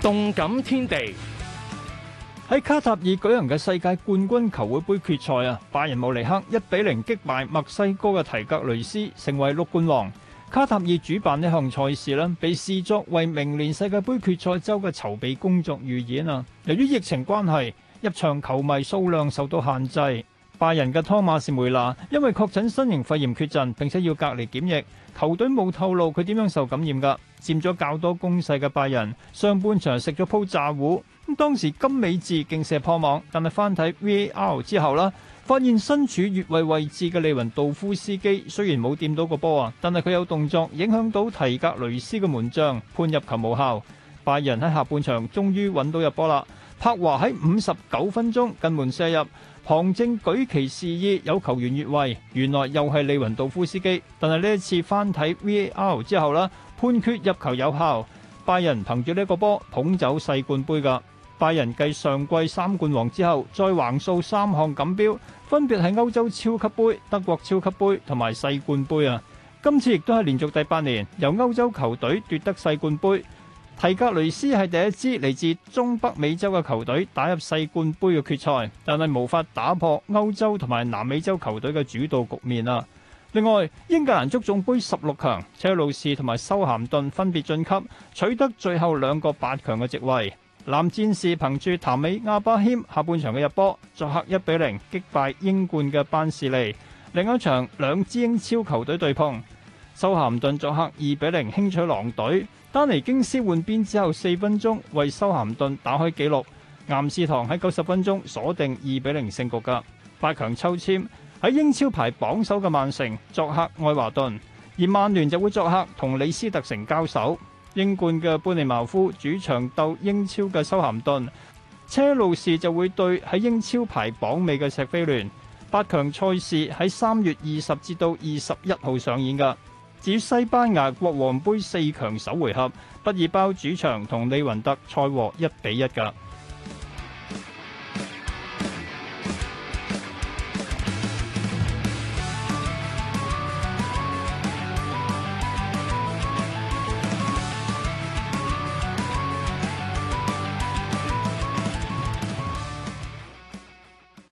動感天地喺卡塔爾舉行嘅世界冠軍球會盃決賽啊，拜仁慕尼黑1-0擊敗墨西哥嘅提格雷斯，成為6冠王。卡塔爾主辦呢項賽事呢，被視作為明年世界盃決賽周嘅籌備工作預演啊。由於疫情關係，入場球迷數量受到限制。拜仁嘅湯馬士梅拿因為確診新型肺炎缺陣，並且要隔離檢疫。球隊冇透露佢點樣受感染㗎。佔咗較多攻勢嘅拜仁，上半場食咗鋪炸糊。咁當時金美治勁射破網，但係翻睇 VAR 之後啦，發現身處越位位置嘅利雲道夫斯基雖然冇掂到個波啊，但係佢有動作影響到提格雷斯嘅門將，判入球無效。拜仁喺下半場終於揾到入波啦。柏華喺59分鐘近門射入，旁正舉旗示意有球員越位，原來又係利雲道夫斯基。但係呢一次翻睇 VAR 之後啦，判決入球有效，拜仁憑住呢個波捧走世冠盃㗎。拜仁繼上季3冠王之後，再橫掃3項錦標，分別係歐洲超級杯、德國超級杯同埋世冠盃啊！今次亦都係連續第8年由歐洲球隊奪得世冠盃。提格雷斯係第一支嚟自中北美洲嘅球隊打入世冠盃嘅決賽，但係無法打破歐洲同埋南美洲球隊嘅主導局面啊！另外，英格蘭足總盃16強，車路士同埋修咸頓分別晉級，取得最後2個8強嘅席位。藍戰士憑住譚美亞巴謙下半場嘅入波，作客1-0擊敗英冠嘅班士利。另一場兩支英超球隊對碰，修咸頓作客2-0輕取狼隊。丹尼京斯換邊之後4分鐘為修咸頓打開紀錄，岩士堂喺90分鐘鎖定2-0勝局㗎。8強抽籤喺英超排榜首嘅曼城作客愛華頓，而曼聯就會作客同李斯特城交手。英冠嘅般尼茅夫主場鬥英超嘅修咸頓，車路士就會對喺英超排榜尾嘅錫菲聯。8強賽事喺3月20至到21號上演㗎。至於西班牙國王盃4強首回合，畢爾包主場同利雲特賽和1-1㗎。